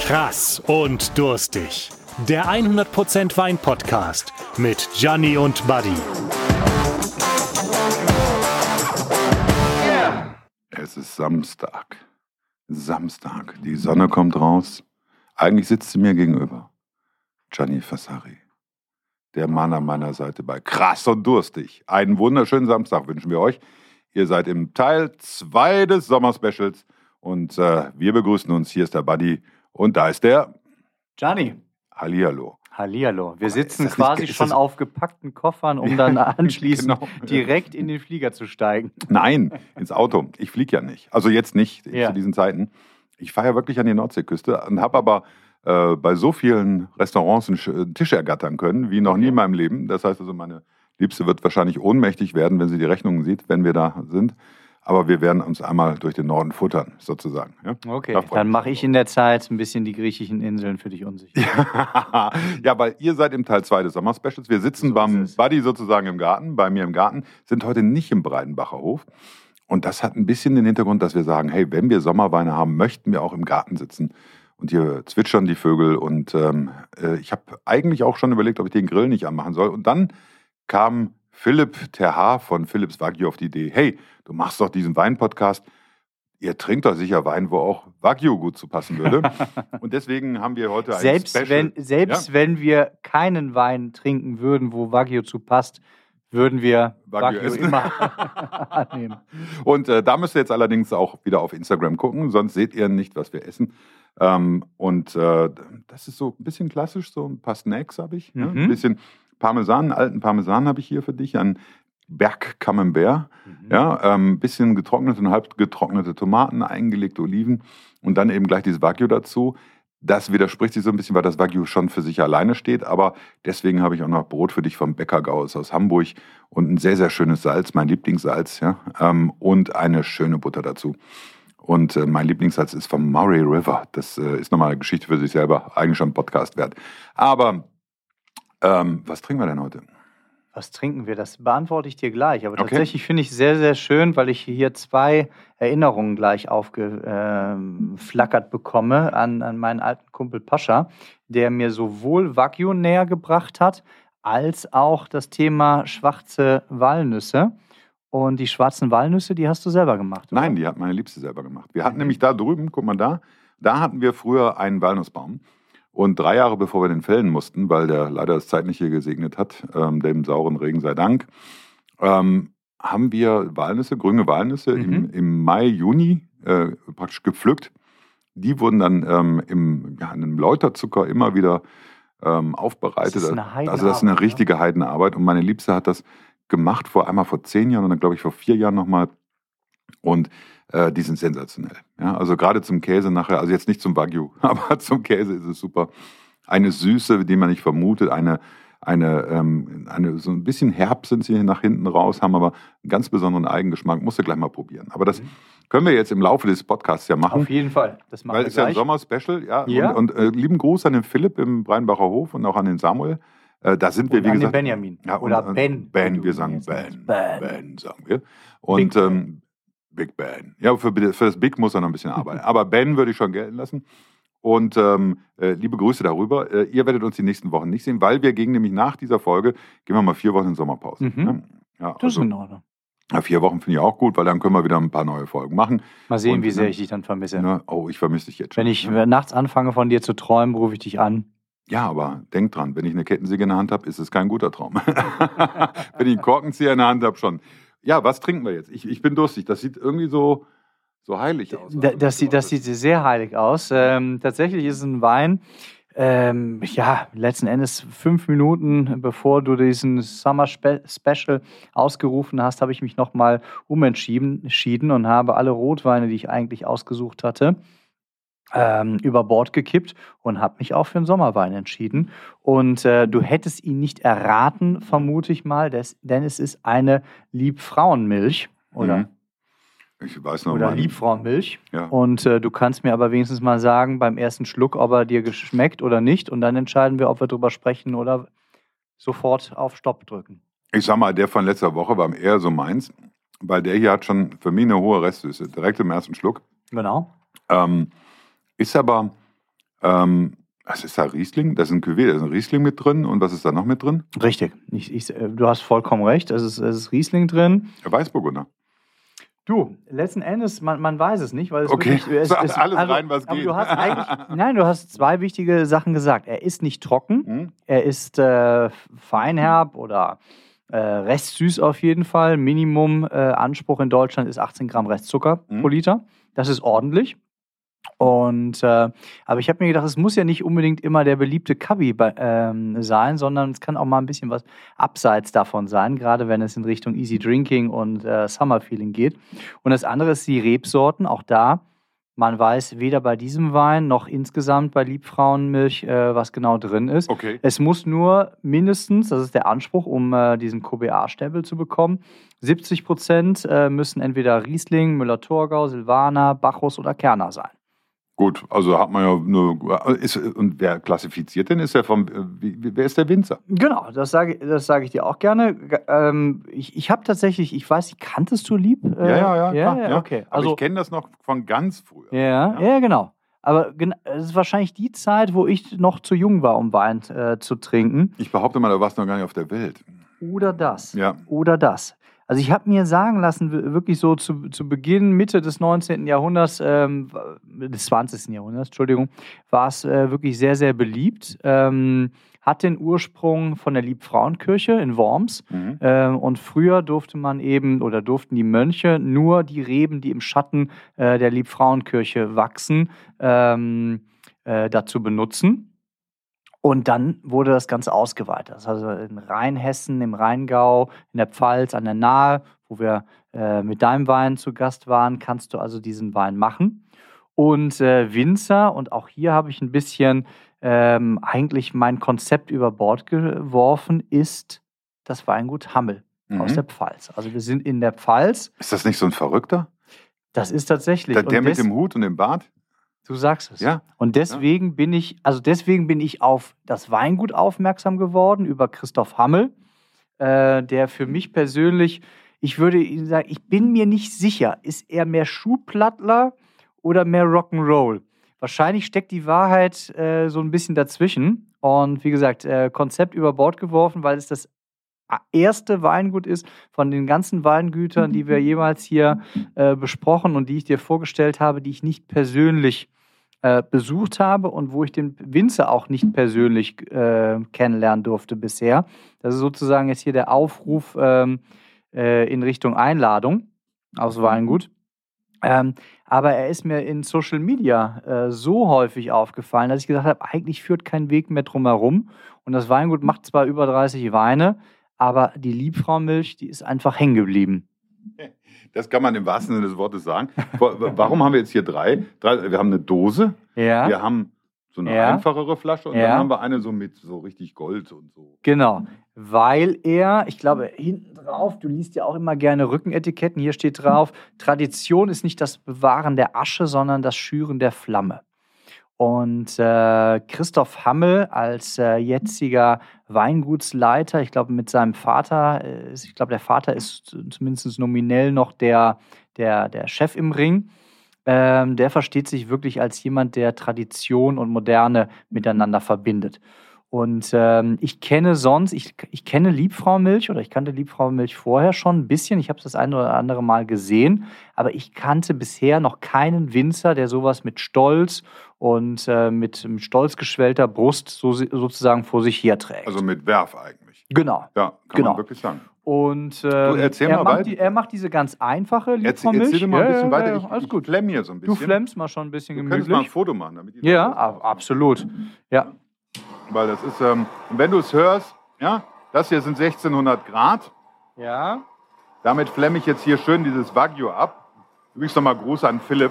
Krass und durstig. Der 100% Wein-Podcast mit Gianni und Buddy. Es ist Samstag. Die Sonne kommt raus. Eigentlich sitzt sie mir gegenüber. Gianni Fassari. Der Mann an meiner Seite bei Krass und durstig. Einen wunderschönen Samstag wünschen wir euch. Ihr seid im Teil 2 des Sommerspecials. Und wir begrüßen uns. Hier ist der Buddy. Und da ist der Gianni. Hallihallo. Hallihallo. Wir sitzen quasi schon auf gepackten Koffern, um dann anschließend direkt in den Flieger zu steigen. Nein, ins Auto. Ich fliege ja nicht. Also jetzt nicht zu diesen Zeiten. Ich fahre ja wirklich an die Nordseeküste und habe aber bei so vielen Restaurants einen Tisch ergattern können, wie noch nie in meinem Leben. Das heißt also, meine Liebste wird wahrscheinlich ohnmächtig werden, wenn sie die Rechnungen sieht, wenn wir da sind. Aber wir werden uns einmal durch den Norden futtern, sozusagen. Ja? Okay, dann mache ich in der Zeit ein bisschen die griechischen Inseln für dich unsicher. Ja, weil ihr seid im Teil 2 des Sommerspecials. Wir sitzen beim Buddy sozusagen im Garten, bei mir im Garten, sind heute nicht im Breitenbacher Hof. Und das hat ein bisschen den Hintergrund, dass wir sagen, hey, wenn wir Sommerweine haben, möchten wir auch im Garten sitzen. Und hier zwitschern die Vögel. Und ich habe eigentlich auch schon überlegt, ob ich den Grill nicht anmachen soll. Und dann kam Philipp Terhaar von Philips Wagyu auf die Idee, hey, du machst doch diesen Wein-Podcast, ihr trinkt doch sicher Wein, wo auch Wagyu gut zu passen würde. Und deswegen haben wir heute ein Special. Wenn wir keinen Wein trinken würden, wo Wagyu zu passt, würden wir Wagyu immer annehmen. Und da müsst ihr jetzt allerdings auch wieder auf Instagram gucken, sonst seht ihr nicht, was wir essen. Das ist so ein bisschen klassisch, so ein paar Snacks habe ich, ein bisschen Parmesan, alten Parmesan habe ich hier für dich, ein Berg Camembert, ein bisschen getrocknete und halb getrocknete Tomaten, eingelegte Oliven und dann eben gleich dieses Wagyu dazu. Das widerspricht sich so ein bisschen, weil das Wagyu schon für sich alleine steht, aber deswegen habe ich auch noch Brot für dich vom Bäcker Gauss aus Hamburg und ein sehr, sehr schönes Salz, mein Lieblingssalz, und eine schöne Butter dazu. Und mein Lieblingssalz ist vom Murray River. Das ist nochmal eine Geschichte für sich selber, eigentlich schon ein Podcast wert. Aber was trinken wir denn heute? Was trinken wir? Das beantworte ich dir gleich. Aber tatsächlich finde ich sehr, sehr schön, weil ich hier 2 Erinnerungen gleich aufgeflackert bekomme an meinen alten Kumpel Pascha, der mir sowohl Wagyu näher gebracht hat, als auch das Thema schwarze Walnüsse. Und die schwarzen Walnüsse, die hast du selber gemacht, oder? Nein, die hat meine Liebste selber gemacht. Wir hatten nämlich da drüben, guck mal da hatten wir früher einen Walnussbaum. Und 3 Jahre bevor wir den fällen mussten, weil der leider das Zeitliche gesegnet hat, dem sauren Regen sei Dank, haben wir grüne Walnüsse im Mai, Juni praktisch gepflückt. Die wurden dann in einem Läuterzucker immer wieder aufbereitet. Das ist eine richtige Heidenarbeit. Und meine Liebste hat das gemacht, einmal vor 10 Jahren und dann glaube ich vor 4 Jahren nochmal. Und die sind sensationell. Ja, also gerade zum Käse nachher, also jetzt nicht zum Wagyu, aber zum Käse ist es super. Eine Süße, die man nicht vermutet, eine so ein bisschen herb sind sie nach hinten raus, haben aber einen ganz besonderen Eigengeschmack. Musst du gleich mal probieren. Aber das können wir jetzt im Laufe des Podcasts ja machen. Auf jeden Fall. Das machen wir gleich. Weil es ja ein Sommer-Special. Ja. Und lieben Gruß an den Philipp im Breitenbacher Hof und auch an den Samuel. Da sind wir, wie gesagt. An den Benjamin. Ja, oder Ben. Ben, wir sagen Ben, sagen wir. Und Big Ben. Ja, für das Big muss er noch ein bisschen arbeiten. Aber Ben würde ich schon gelten lassen. Und liebe Grüße darüber. Ihr werdet uns die nächsten Wochen nicht sehen, weil wir gehen nämlich nach dieser Folge, gehen wir mal 4 Wochen in Sommerpause. Ja, das ist in Ordnung. 4 Wochen finde ich auch gut, weil dann können wir wieder ein paar neue Folgen machen. Mal sehen, wie sehr ich dich dann vermisse. Ich vermisse dich jetzt schon. Wenn ich nachts anfange, von dir zu träumen, rufe ich dich an. Ja, aber denk dran, wenn ich eine Kettensäge in der Hand habe, ist es kein guter Traum. Wenn ich einen Korkenzieher in der Hand habe, schon. Ja, was trinken wir jetzt? Ich bin durstig. Das sieht irgendwie so heilig aus. Das sieht sehr heilig aus. Tatsächlich ist es ein Wein, letzten Endes 5 Minuten, bevor du diesen Summer Special ausgerufen hast, habe ich mich nochmal umentschieden und habe alle Rotweine, die ich eigentlich ausgesucht hatte, über Bord gekippt und habe mich auch für einen Sommerwein entschieden. Und du hättest ihn nicht erraten, vermute ich mal, denn es ist eine Liebfrauenmilch, oder? Ich weiß noch oder Liebfrauenmilch. Ja. Und du kannst mir aber wenigstens mal sagen, beim ersten Schluck, ob er dir geschmeckt oder nicht. Und dann entscheiden wir, ob wir drüber sprechen oder sofort auf Stopp drücken. Ich sag mal, der von letzter Woche war eher so meins, weil der hier hat schon für mich eine hohe Restsüße, direkt im ersten Schluck. Genau. Ist aber Was ist da Riesling? Da ist ein Cuvée, da ist ein Riesling mit drin. Und was ist da noch mit drin? Richtig. Du hast vollkommen recht. Es ist Riesling drin. Weißburgunder. Du, letzten Endes, man weiß es nicht, weil es Okay, wirklich... alles rein, was geht. Du hast zwei wichtige Sachen gesagt. Er ist nicht trocken, er ist feinherb oder restsüß auf jeden Fall. Minimum Anspruch in Deutschland ist 18 Gramm Restzucker pro Liter. Das ist ordentlich. Und aber ich habe mir gedacht, es muss ja nicht unbedingt immer der beliebte Cubby sein, sondern es kann auch mal ein bisschen was abseits davon sein, gerade wenn es in Richtung Easy Drinking und Summer Feeling geht. Und das andere ist die Rebsorten. Auch da, man weiß weder bei diesem Wein noch insgesamt bei Liebfrauenmilch, was genau drin ist. Okay. Es muss nur mindestens, das ist der Anspruch, um diesen KBA-Stempel zu bekommen, 70% müssen entweder Riesling, Müller-Thurgau, Silvaner, Bacchus oder Kerner sein. Gut, also hat man ja und wer klassifiziert denn? Ist der wer ist der Winzer? Genau, das sage ich dir auch gerne. Ich habe tatsächlich, ich weiß nicht, kanntest du Lieb? Ja, klar, okay. Aber ich kenne das noch von ganz früher. Ja, genau. Aber es ist wahrscheinlich die Zeit, wo ich noch zu jung war, um Wein zu trinken. Ich behaupte mal, da warst du noch gar nicht auf der Welt. Oder das. Ja. Oder das. Also ich habe mir sagen lassen, wirklich so zu Beginn, Mitte des 19. Jahrhunderts, des 20. Jahrhunderts, Entschuldigung, war es wirklich sehr, sehr beliebt. Hat den Ursprung von der Liebfrauenkirche in Worms. Und früher durften die Mönche nur die Reben, die im Schatten der Liebfrauenkirche wachsen, dazu benutzen. Und dann wurde das Ganze ausgeweitet. Also in Rheinhessen, im Rheingau, in der Pfalz, an der Nahe, wo wir mit deinem Wein zu Gast waren, kannst du also diesen Wein machen. Und Winzer, und auch hier habe ich ein bisschen eigentlich mein Konzept über Bord geworfen, ist das Weingut Hammel aus der Pfalz. Also wir sind in der Pfalz. Ist das nicht so ein Verrückter? Das ist tatsächlich. Der mit dem Hut und dem Bart? Du sagst es. Ja. Und deswegen bin ich auf das Weingut aufmerksam geworden über Christoph Hammel, der für mich persönlich, ich würde Ihnen sagen, ich bin mir nicht sicher, ist er mehr Schuhplattler oder mehr Rock'n'Roll? Wahrscheinlich steckt die Wahrheit so ein bisschen dazwischen. Und wie gesagt, Konzept über Bord geworfen, weil es das erste Weingut ist von den ganzen Weingütern, die wir jemals hier besprochen und die ich dir vorgestellt habe, die ich nicht persönlich besucht habe und wo ich den Winzer auch nicht persönlich kennenlernen durfte bisher. Das ist sozusagen jetzt hier der Aufruf in Richtung Einladung aufs Weingut. Aber er ist mir in Social Media so häufig aufgefallen, dass ich gesagt habe, eigentlich führt kein Weg mehr drum herum. Und das Weingut macht zwar über 30 Weine, aber die Liebfrauenmilch, die ist einfach hängen geblieben. Das kann man im wahrsten Sinne des Wortes sagen. Warum haben wir jetzt hier drei? Wir haben eine Dose, wir haben so eine einfachere Flasche und dann haben wir eine so mit so richtig Gold und so. Genau, weil ich glaube, hinten drauf, du liest ja auch immer gerne Rückenetiketten, hier steht drauf, Tradition ist nicht das Bewahren der Asche, sondern das Schüren der Flamme. Und Christoph Hammel als jetziger Weingutsleiter, ich glaube mit seinem Vater, der Vater ist zumindest nominell noch der Chef im Ring, der versteht sich wirklich als jemand, der Tradition und Moderne miteinander verbindet. Und ich kenne Liebfrauenmilch oder ich kannte Liebfrauenmilch vorher schon ein bisschen. Ich habe es das ein oder andere Mal gesehen, aber ich kannte bisher noch keinen Winzer, der sowas mit Stolz und mit stolz geschwellter Brust sozusagen vor sich herträgt. Also mit Werf eigentlich. Genau. Ja, kann man wirklich sagen. Und er macht diese ganz einfache Liebfrauenmilch. Erzähl mal ein bisschen weiter. Alles gut. Ich flemm hier so ein bisschen. Du flemmst mal schon ein bisschen gemütlich. Du könntest mal ein Foto machen. Damit Absolut. Ja. Weil das ist, wenn du es hörst, ja, das hier sind 1600 Grad. Ja. Damit flemme ich jetzt hier schön dieses Wagyu ab. Übrigens nochmal Gruß an Philipp.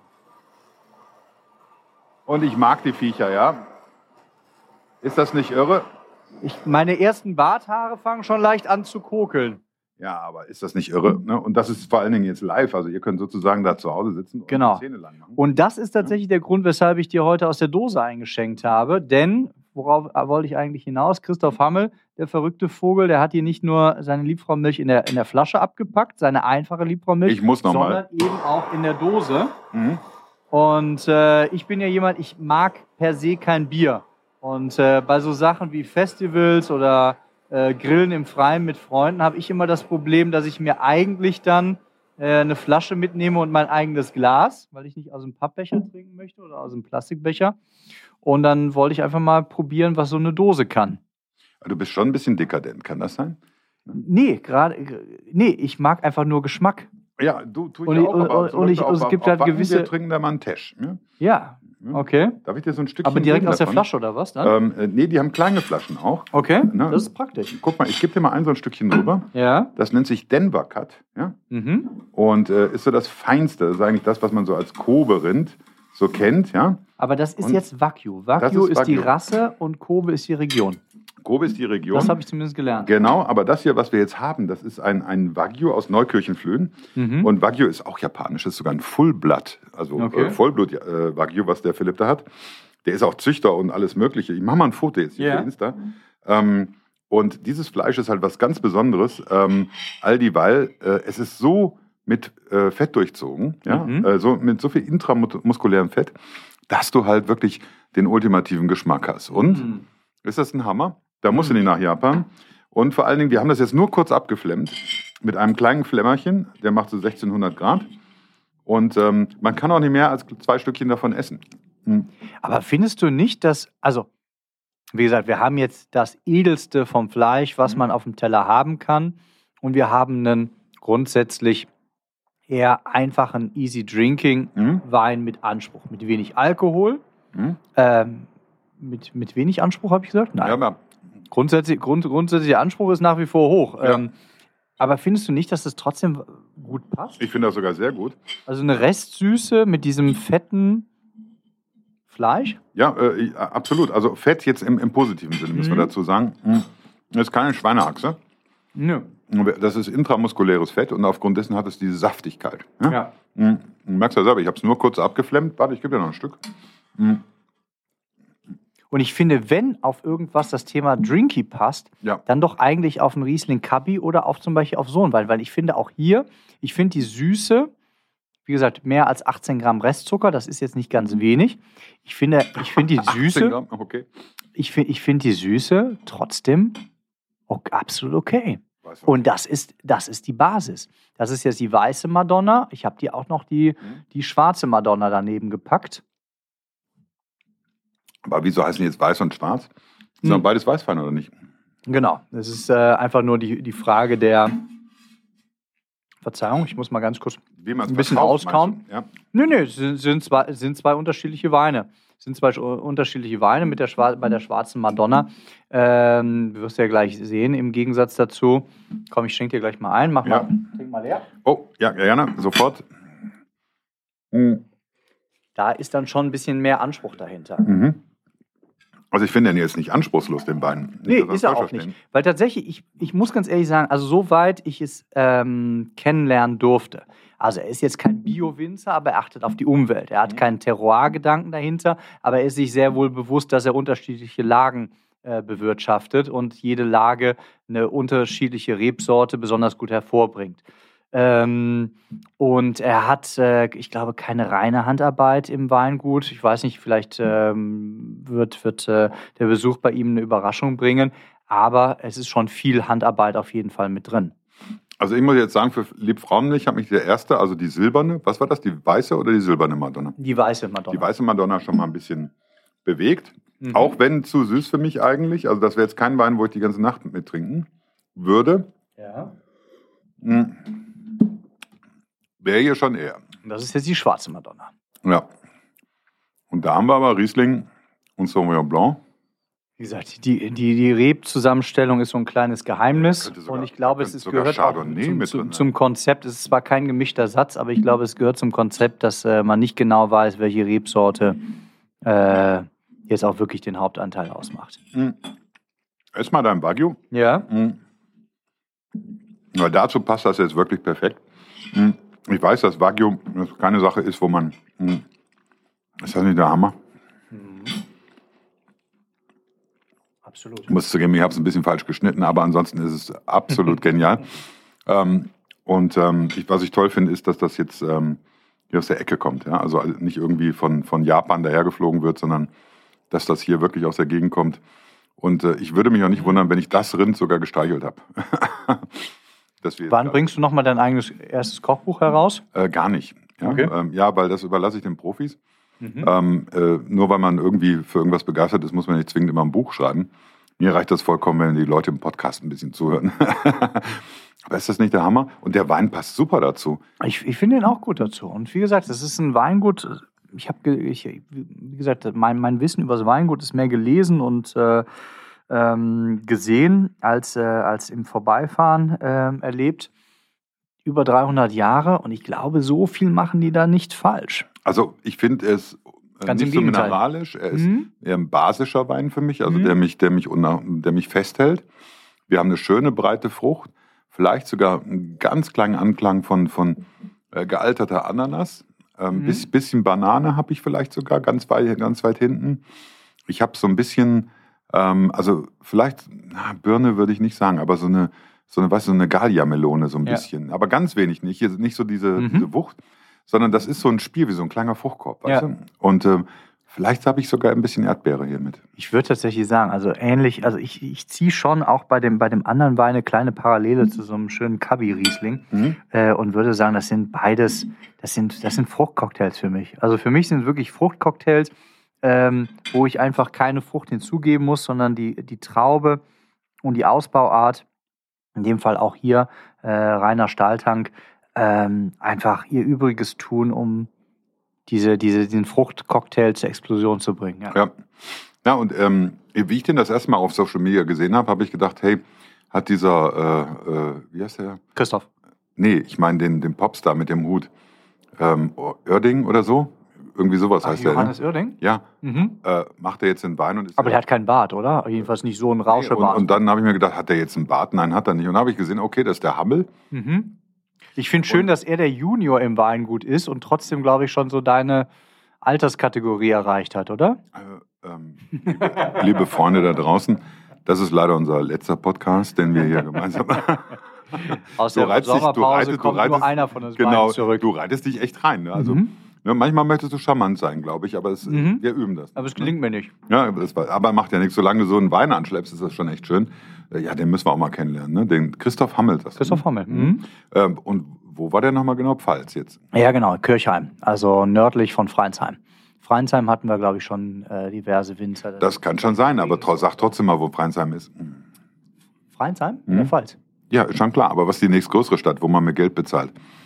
Und ich mag die Viecher, ja. Ist das nicht irre? Meine ersten Barthaare fangen schon leicht an zu kokeln. Ja, aber ist das nicht irre? Ne? Und das ist vor allen Dingen jetzt live. Also ihr könnt sozusagen da zu Hause sitzen und die Zähne lang machen. Und das ist tatsächlich der Grund, weshalb ich dir heute aus der Dose eingeschenkt habe. Denn, worauf wollte ich eigentlich hinaus? Christoph Hammel, der verrückte Vogel, der hat hier nicht nur seine Liebfrauenmilch in der Flasche abgepackt, seine einfache Liebfrauenmilch, ich muss noch sondern eben auch in der Dose. Und ich bin ja jemand, ich mag per se kein Bier. Und bei so Sachen wie Festivals oder Grillen im Freien mit Freunden habe ich immer das Problem, dass ich mir eigentlich dann eine Flasche mitnehme und mein eigenes Glas, weil ich nicht aus einem Pappbecher trinken möchte oder aus einem Plastikbecher. Und dann wollte ich einfach mal probieren, was so eine Dose kann. Du bist schon ein bisschen dekadent, kann das sein? Nee, ich mag einfach nur Geschmack. Ja, du tue Und ich auch, aber es gibt halt gewisse... Wir trinken da mal einen Tesch. Ne? Ja, okay. Darf ich dir so ein Stückchen Aber direkt geben aus der davon? Flasche oder was dann? Nee, die haben kleine Flaschen auch. Okay, Ne? das ist praktisch. Guck mal, ich gebe dir mal so ein Stückchen drüber. Ja. Das nennt sich Denver Cut. Ja? Mhm. Und ist so das Feinste. Das ist eigentlich das, was man so als Kobe-Rind so kennt. Ja? Aber das ist Und jetzt Wagyu. Wagyu ist die Wagyu. Rasse und Kobe ist die Region. Kobe ist die Region. Das habe ich zumindest gelernt. Genau, aber das hier, was wir jetzt haben, das ist ein Wagyu aus Neukirchenflöhen. Mhm. Und Wagyu ist auch japanisch, das ist sogar ein Fullblood, also Okay. Vollblut-Wagyu, was der Philipp da hat. Der ist auch Züchter und alles Mögliche. Ich mache mal ein Foto jetzt hier für Insta. Und dieses Fleisch ist halt was ganz Besonderes, all dieweil es ist so mit Fett durchzogen, ja? Mit so viel intramuskulärem Fett, dass du halt wirklich den ultimativen Geschmack hast. Und ist das ein Hammer? Da musst du nicht nach Japan. Und vor allen Dingen, wir haben das jetzt nur kurz abgeflemmt mit einem kleinen Flämmerchen, der macht so 1600 Grad. Und man kann auch nicht mehr als 2 Stückchen davon essen. Aber findest du nicht, dass, also, wie gesagt, wir haben jetzt das Edelste vom Fleisch, was man auf dem Teller haben kann. Und wir haben einen grundsätzlich eher einfachen Easy-Drinking-Wein mit Anspruch, mit wenig Alkohol. Mit wenig Anspruch, habe ich gesagt? Nein. Ja, aber Grundsätzlicher Anspruch ist nach wie vor hoch. Ja. Aber findest du nicht, dass das trotzdem gut passt? ich finde das sogar sehr gut. Also eine Restsüße mit diesem fetten Fleisch? Ja, absolut. Also Fett jetzt im positiven Sinne, müssen wir dazu sagen. Das ist keine Schweineachse. Nö. Das ist intramuskuläres Fett und aufgrund dessen hat es diese Saftigkeit. Ja. Du merkst ja selber, ich habe es nur kurz abgeflemmt. Warte, ich gebe dir noch ein Stück. Und ich finde, wenn auf irgendwas das Thema Drinky passt, Ja. dann doch eigentlich auf einen Riesling Cubby oder auf zum Beispiel auf so einen Wein. Weil ich finde auch hier, ich finde die Süße, wie gesagt, mehr als 18 Gramm Restzucker, das ist jetzt nicht ganz wenig. Ich finde die 18 Süße, Gramm, okay. ich finde die Süße trotzdem absolut okay. Weiß Und das ist die Basis. Das ist jetzt die weiße Madonna. Ich habe dir auch noch die schwarze Madonna daneben gepackt. Aber wieso heißen die jetzt weiß und schwarz? Sind doch beides Weißwein, oder nicht? Genau. Das ist einfach nur die Frage der Verzeihung, ich muss mal ganz kurz Wie man's ein bisschen verkauft, auskauen. meinst du? Ja. Nee, es sind zwei unterschiedliche Weine. Es sind zwei unterschiedliche Weine bei der schwarzen Madonna. Du wirst ja gleich sehen, im Gegensatz dazu. Komm, ich schenke dir gleich mal ein. Trink mal leer. Oh, ja, gerne, sofort. Da ist dann schon ein bisschen mehr Anspruch dahinter. Also ich finde den jetzt nicht anspruchslos, den Wein. Nicht, Nee, dass wir ist er falsch auch verstehen. nicht. Weil tatsächlich, ich muss ganz ehrlich sagen, also soweit ich es kennenlernen durfte. Also er ist jetzt kein Bio-Winzer, aber er achtet auf die Umwelt. Er hat keinen Terroir-Gedanken dahinter, aber er ist sich sehr wohl bewusst, dass er unterschiedliche Lagen bewirtschaftet und jede Lage eine unterschiedliche Rebsorte besonders gut hervorbringt. Und er hat, ich glaube, keine reine Handarbeit im Weingut. Ich weiß nicht, vielleicht wird der Besuch bei ihm eine Überraschung bringen. Aber es ist schon viel Handarbeit auf jeden Fall mit drin. Also ich muss jetzt sagen, für Liebfrauenmilch hat mich der erste, also die silberne, was war das, die weiße oder die silberne Madonna? Die weiße Madonna. Die weiße Madonna schon mal ein bisschen bewegt. Auch wenn zu süß für mich eigentlich. Also das wäre jetzt kein Wein, wo ich die ganze Nacht mit trinken würde. Ja. Wäre hier schon eher. Und das ist jetzt die schwarze Madonna. Ja. Und da haben wir aber Riesling und Sauvignon Blanc. Wie gesagt, die Rebzusammenstellung ist so ein kleines Geheimnis. Könnte sogar- Und ich glaube, es könnte sogar gehört auch Chardonnay mit drin zum Konzept. Es ist zwar kein gemischter Satz, aber ich glaube, es gehört zum Konzept, dass man nicht genau weiß, welche Rebsorte jetzt auch wirklich den Hauptanteil ausmacht. Ess mal dein Wagyu. Ja. Weil dazu passt das jetzt wirklich perfekt. Ich weiß, dass Wagyu keine Sache ist, wo man... Ist das nicht der Hammer? Absolut. Ich muss zugeben, ich habe es ein bisschen falsch geschnitten, aber ansonsten ist es absolut genial. Was ich toll finde, ist, dass das jetzt hier aus der Ecke kommt. Ja? Also nicht irgendwie von Japan dahergeflogen wird, sondern dass das hier wirklich aus der Gegend kommt. Und ich würde mich auch nicht wundern, wenn ich das Rind sogar gestreichelt habe. Wann bringst du nochmal dein eigenes erstes Kochbuch heraus? Gar nicht. Ja? Okay. Ja, weil das überlasse ich den Profis. Nur weil man irgendwie für irgendwas begeistert ist, muss man nicht zwingend immer ein Buch schreiben. Mir reicht das vollkommen, wenn die Leute im Podcast ein bisschen zuhören. Aber ist das nicht der Hammer? Und der Wein passt super dazu. Ich finde ihn auch gut dazu. Und wie gesagt, das ist ein Weingut. Wie gesagt, mein Wissen über das Weingut ist mehr gelesen und gesehen als im Vorbeifahren erlebt. Über 300 Jahre. Und ich glaube, so viel machen die da nicht falsch. Also ich finde es nicht so mineralisch. Er ist eher ein basischer Wein für mich, also der mich festhält. Wir haben eine schöne, breite Frucht. Vielleicht sogar einen ganz kleinen Anklang von gealterter Ananas. Bisschen Banane habe ich vielleicht sogar ganz weit hinten. Ich habe so ein bisschen, also vielleicht, Birne würde ich nicht sagen, aber so eine Gallia-Melone so ein bisschen. Aber ganz wenig nicht. Hier nicht so diese Wucht, sondern das ist so ein Spiel wie so ein kleiner Fruchtkorb. Weißt du? Und vielleicht habe ich sogar ein bisschen Erdbeere hier mit. Ich würde tatsächlich sagen, also ähnlich, also ich ziehe schon auch bei dem anderen Wein eine kleine Parallele zu so einem schönen Kabi-Riesling und würde sagen, das sind beides, das sind Fruchtcocktails für mich. Also für mich sind wirklich Fruchtcocktails, wo ich einfach keine Frucht hinzugeben muss, sondern die Traube und die Ausbauart, in dem Fall auch hier reiner Stahltank, einfach ihr Übriges tun, um diesen Fruchtcocktail zur Explosion zu bringen. Ja, und wie ich den das erste Mal auf Social Media gesehen habe ich gedacht, hey, hat dieser, wie heißt der? Christoph. Nee, ich meine den Popstar mit dem Hut. Oerding oder so? Irgendwie sowas heißt der. Johannes Oerding? Ja. Macht er jetzt den Wein und ist. Aber der hat keinen Bart, oder? Jedenfalls nicht so ein Rauschebart. Und dann habe ich mir gedacht, hat der jetzt einen Bart? Nein, hat er nicht. Und dann habe ich gesehen, okay, das ist der Hammel. Ich finde schön, dass er der Junior im Weingut ist und trotzdem, glaube ich, schon so deine Alterskategorie erreicht hat, oder? Liebe Freunde da draußen, das ist leider unser letzter Podcast, den wir hier gemeinsam machen. Aus der Sommerpause kommt nur einer von uns beiden zurück. Du reitest dich echt rein. Ne? Also, manchmal möchtest du charmant sein, glaube ich, aber wir üben das. Aber es gelingt mir nicht. Ja, aber macht ja nichts. Solange du so einen Wein anschleppst, ist das schon echt schön. Ja, den müssen wir auch mal kennenlernen. Ne? Den Christoph Hammel. Christoph Hammel. Und wo war der nochmal genau? Pfalz jetzt? Ja, genau, Kirchheim. Also nördlich von Freinsheim. Freinsheim hatten wir, glaube ich, schon diverse Winzer. Das kann schon sein, aber sag trotzdem mal, wo Freinsheim ist. Freinsheim? In der Pfalz. Ja, ist schon klar. Aber was ist die nächstgrößere Stadt, wo man mit Geld bezahlt?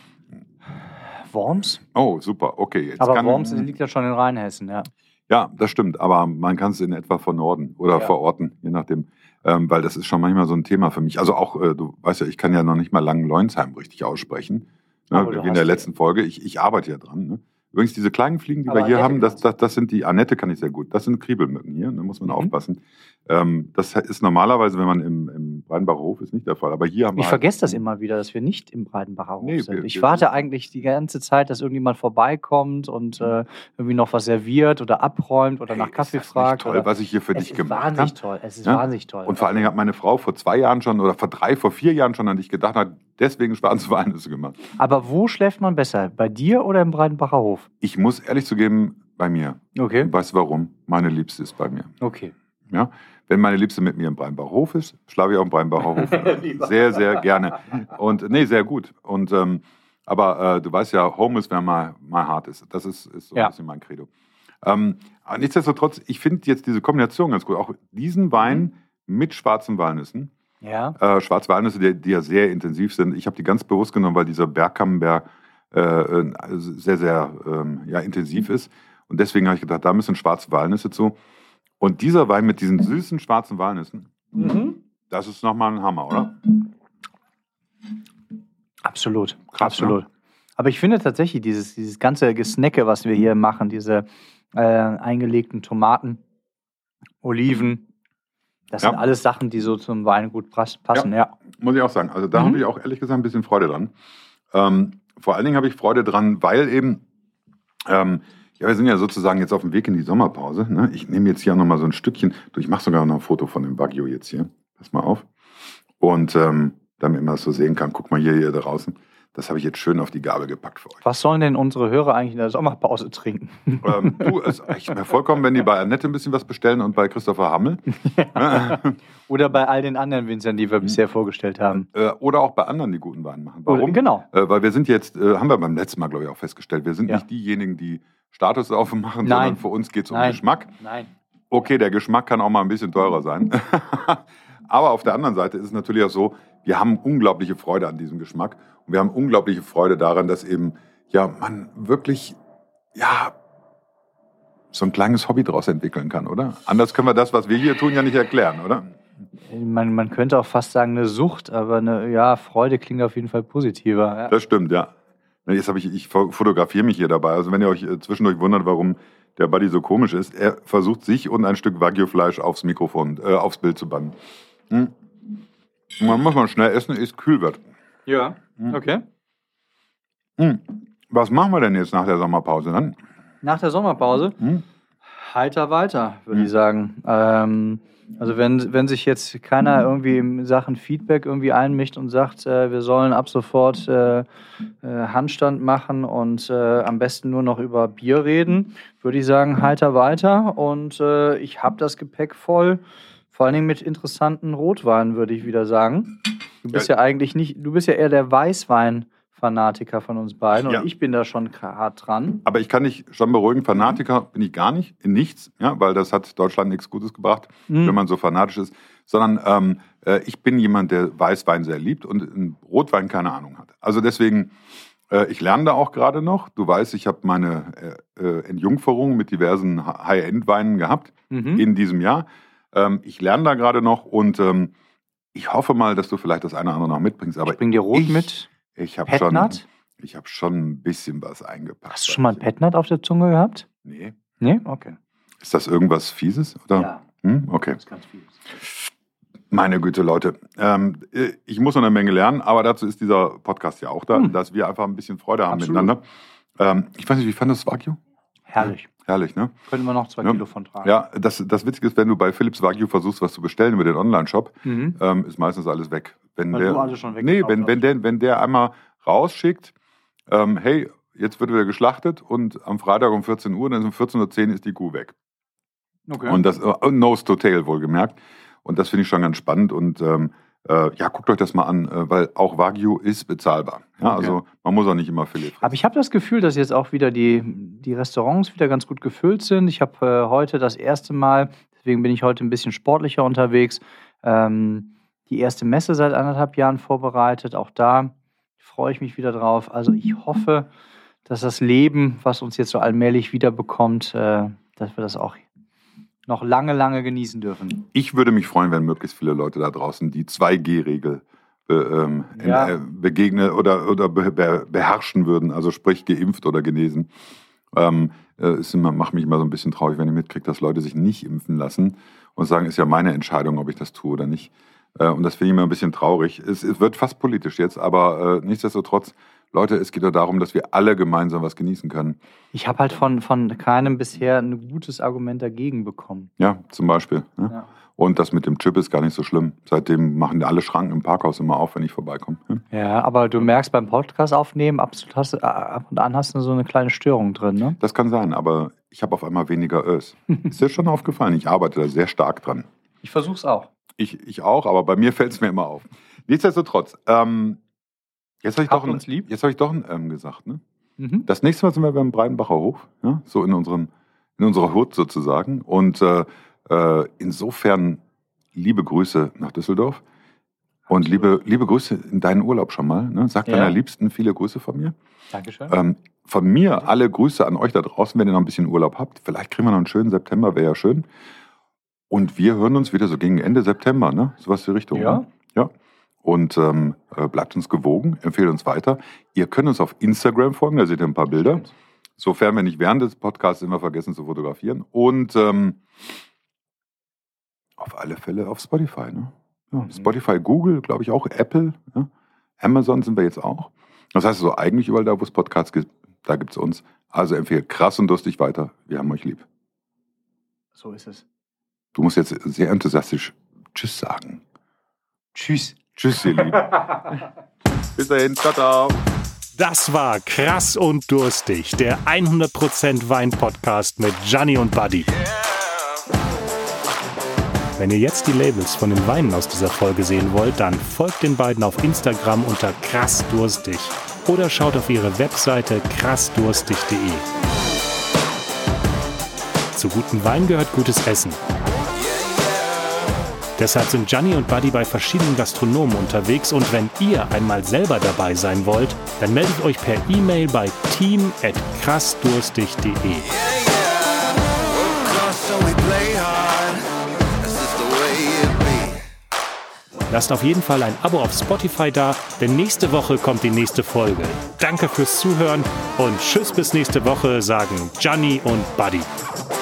Worms? Oh, super. Okay. Jetzt aber Worms liegt ja schon in Rheinhessen, ja. Ja, das stimmt. Aber man kann es in etwa vernorden oder verorten, je nachdem. Weil das ist schon manchmal so ein Thema für mich. Also auch, du weißt ja, ich kann ja noch nicht mal Langenleunsheim richtig aussprechen. Ne? Wie in der letzten Folge. Ich arbeite ja dran. Ne? Übrigens, diese kleinen Fliegen, die wir hier haben, das sind die, Annette kann ich sehr gut, das sind Kriebelmücken hier, da muss man aufpassen. Das ist normalerweise, wenn man im Breidenbacher Hof ist, nicht der Fall. Aber hier haben wir Ich vergesse das immer wieder, dass wir nicht im Breidenbacher Hof sind. Ich warte eigentlich die ganze Zeit, dass irgendjemand vorbeikommt und irgendwie noch was serviert oder abräumt oder nach Kaffee fragt. Toll, was ich hier für dich gemacht habe. Es ist wahnsinnig toll. Und vor allen Dingen hat meine Frau vor 2 Jahren schon oder vor 4 Jahren schon an dich gedacht, hat deswegen schwarze Walnüsse gemacht. Aber wo schläft man besser? Bei dir oder im Breidenbacher Hof? Ich muss ehrlich zugeben, bei mir. Okay. Und weißt du warum? Meine Liebste ist bei mir. Okay. Ja? Wenn meine Liebste mit mir im Breidenbacher Hof ist, schlafe ich auch im Breidenbacher Hof. Sehr, sehr gerne. Und sehr gut. Und aber du weißt ja, Home ist, wer mal hart ist. Das ist so ein bisschen mein Credo. Aber nichtsdestotrotz, ich finde jetzt diese Kombination ganz gut. Auch diesen Wein mit schwarzen Walnüssen. Ja. Schwarze Walnüsse, die ja sehr intensiv sind. Ich habe die ganz bewusst genommen, weil dieser Bergkammenberg sehr, sehr intensiv ist. Und deswegen habe ich gedacht, da müssen schwarze Walnüsse zu. Und dieser Wein mit diesen süßen schwarzen Walnüssen, das ist nochmal ein Hammer, oder? Absolut. Krass, absolut. Ne? Aber ich finde tatsächlich dieses ganze Gesnacke, was wir hier machen, diese eingelegten Tomaten, Oliven, das sind alles Sachen, die so zum Weingut passen. Ja. Muss ich auch sagen. Also da habe ich auch ehrlich gesagt ein bisschen Freude dran. Vor allen Dingen habe ich Freude dran, weil eben, wir sind ja sozusagen jetzt auf dem Weg in die Sommerpause. Ne? Ich nehme jetzt hier auch nochmal so ein Stückchen. Ich mache sogar noch ein Foto von dem Wagyu jetzt hier. Pass mal auf. Und damit man das so sehen kann, guck mal hier draußen. Das habe ich jetzt schön auf die Gabel gepackt für euch. Was sollen denn unsere Hörer eigentlich in der Sommerpause trinken? Es reicht mir vollkommen, wenn die bei Annette ein bisschen was bestellen und bei Christopher Hammel. Oder bei all den anderen Winzern, die wir bisher vorgestellt haben. Oder auch bei anderen, die guten Wein machen. Warum? Genau. Weil wir sind jetzt, haben wir beim letzten Mal, glaube ich, auch festgestellt, wir sind nicht diejenigen, die Statussaufen machen, sondern für uns geht es um Geschmack. Nein. Okay, der Geschmack kann auch mal ein bisschen teurer sein. Aber auf der anderen Seite ist es natürlich auch so, wir haben unglaubliche Freude an diesem Geschmack. Und wir haben unglaubliche Freude daran, dass eben, man wirklich, so ein kleines Hobby draus entwickeln kann, oder? Anders können wir das, was wir hier tun, ja nicht erklären, oder? Man könnte auch fast sagen eine Sucht, aber Freude klingt auf jeden Fall positiver. Ja. Das stimmt, ja. Jetzt ich fotografiere mich hier dabei. Also wenn ihr euch zwischendurch wundert, warum der Buddy so komisch ist, er versucht sich und ein Stück Wagyu-Fleisch aufs Mikrofon, aufs Bild zu bannen. Man muss mal schnell essen, ehe es kühl wird. Ja, okay. Was machen wir denn jetzt nach der Sommerpause dann? Nach der Sommerpause? Heiter weiter, würde ich sagen. Also wenn sich jetzt keiner irgendwie in Sachen Feedback irgendwie einmischt und sagt, wir sollen ab sofort Handstand machen und am besten nur noch über Bier reden, würde ich sagen, heiter weiter. Und ich habe das Gepäck voll, vor allen Dingen mit interessanten Rotweinen, würde ich wieder sagen. Du bist ja eigentlich nicht, du bist ja eher der Weißwein-Fanatiker von uns beiden und ich bin da schon hart dran. Aber ich kann dich schon beruhigen, Fanatiker bin ich gar nicht, in nichts, weil das hat Deutschland nichts Gutes gebracht, wenn man so fanatisch ist, sondern ich bin jemand, der Weißwein sehr liebt und in Rotwein keine Ahnung hat. Also deswegen, ich lerne da auch gerade noch. Du weißt, ich habe meine Entjungferung mit diversen High-End-Weinen gehabt in diesem Jahr. Ich lerne da gerade noch und ich hoffe mal, dass du vielleicht das eine oder andere noch mitbringst. Aber ich bring dir Rot mit. Ich habe schon ein bisschen was eingepackt. Hast du schon mal ein Petnat auf der Zunge gehabt? Nee. Nee? Okay. Ist das irgendwas Fieses? Oder? Ja. Okay. Das ist ganz fies. Meine Güte, Leute. Ich muss noch eine Menge lernen, aber dazu ist dieser Podcast ja auch da, dass wir einfach ein bisschen Freude haben miteinander. Ich weiß nicht, wie fandest du Wagyu? Herrlich. Herrlich, ne? Können wir noch 2 Kilo von tragen. Ja, das Witzige ist, wenn du bei Philips Wagyu versuchst, was zu bestellen über den Online-Shop, ist meistens alles weg. Wenn der einmal rausschickt, hey, jetzt wird wieder geschlachtet und am Freitag um 14 Uhr, dann ist um 14.10 Uhr ist die Kuh weg. Okay. Und das Nose to Tail wohlgemerkt. Und das finde ich schon ganz spannend und guckt euch das mal an, weil auch Wagyu ist bezahlbar. Ja, okay. Also man muss auch nicht immer Filet fressen. Aber ich habe das Gefühl, dass jetzt auch wieder die Restaurants wieder ganz gut gefüllt sind. Ich habe heute das erste Mal, deswegen bin ich heute ein bisschen sportlicher unterwegs, die erste Messe seit 1,5 Jahren vorbereitet. Auch da freue ich mich wieder drauf. Also ich hoffe, dass das Leben, was uns jetzt so allmählich wiederbekommt, dass wir das auch noch lange, lange genießen dürfen. Ich würde mich freuen, wenn möglichst viele Leute da draußen die 2G-Regel begegnen oder beherrschen würden, also sprich geimpft oder genesen. Macht mich immer so ein bisschen traurig, wenn ich mitkriege, dass Leute sich nicht impfen lassen und sagen, ist ja meine Entscheidung, ob ich das tue oder nicht. Und das finde ich immer ein bisschen traurig. Es wird fast politisch jetzt, aber nichtsdestotrotz, Leute, es geht ja darum, dass wir alle gemeinsam was genießen können. Ich habe halt von keinem bisher ein gutes Argument dagegen bekommen. Ja, zum Beispiel. Ne? Ja. Und das mit dem Chip ist gar nicht so schlimm. Seitdem machen alle Schranken im Parkhaus immer auf, wenn ich vorbeikomme. Ja, aber du merkst beim Podcast aufnehmen, ab und an hast du so eine kleine Störung drin, ne? Das kann sein, aber ich habe auf einmal weniger Ös. Ist dir schon aufgefallen? Ich arbeite da sehr stark dran. Ich versuche es auch. Ich auch, aber bei mir fällt es mir immer auf. Nichtsdestotrotz, jetzt habe ich doch ein gesagt, ne? Das nächste Mal sind wir beim Breidenbacher Hof, ja? So in unserer Hut sozusagen. Und insofern liebe Grüße nach Düsseldorf und liebe Grüße in deinen Urlaub schon mal. Ne? Sag deiner Liebsten viele Grüße von mir. Dankeschön. Von mir alle Grüße an euch da draußen, wenn ihr noch ein bisschen Urlaub habt. Vielleicht kriegen wir noch einen schönen September, wäre ja schön. Und wir hören uns wieder so gegen Ende September, ne? So was die Richtung. Ja. Ne? Ja. Und bleibt uns gewogen, empfehlt uns weiter. Ihr könnt uns auf Instagram folgen, da seht ihr ein paar Bilder. Sofern wir nicht während des Podcasts immer vergessen zu fotografieren. Und auf alle Fälle auf Spotify. Ne? Ja, Spotify, Google, glaube ich auch, Apple. Ja? Amazon sind wir jetzt auch. Das heißt so, eigentlich überall da, wo es Podcasts gibt, da gibt es uns. Also empfehlt krass und durstig weiter. Wir haben euch lieb. So ist es. Du musst jetzt sehr enthusiastisch Tschüss sagen. Tschüss. Tschüss, ihr Lieben. Bis dahin, ciao, ciao. Das war Krass und Durstig, der 100% Wein-Podcast mit Gianni und Buddy. Wenn ihr jetzt die Labels von den Weinen aus dieser Folge sehen wollt, dann folgt den beiden auf Instagram unter krassdurstig oder schaut auf ihre Webseite krassdurstig.de. Zu gutem Wein gehört gutes Essen. Deshalb sind Gianni und Buddy bei verschiedenen Gastronomen unterwegs und wenn ihr einmal selber dabei sein wollt, dann meldet euch per E-Mail bei team@krassdurstig.de. Lasst auf jeden Fall ein Abo auf Spotify da, denn nächste Woche kommt die nächste Folge. Danke fürs Zuhören und tschüss bis nächste Woche, sagen Gianni und Buddy.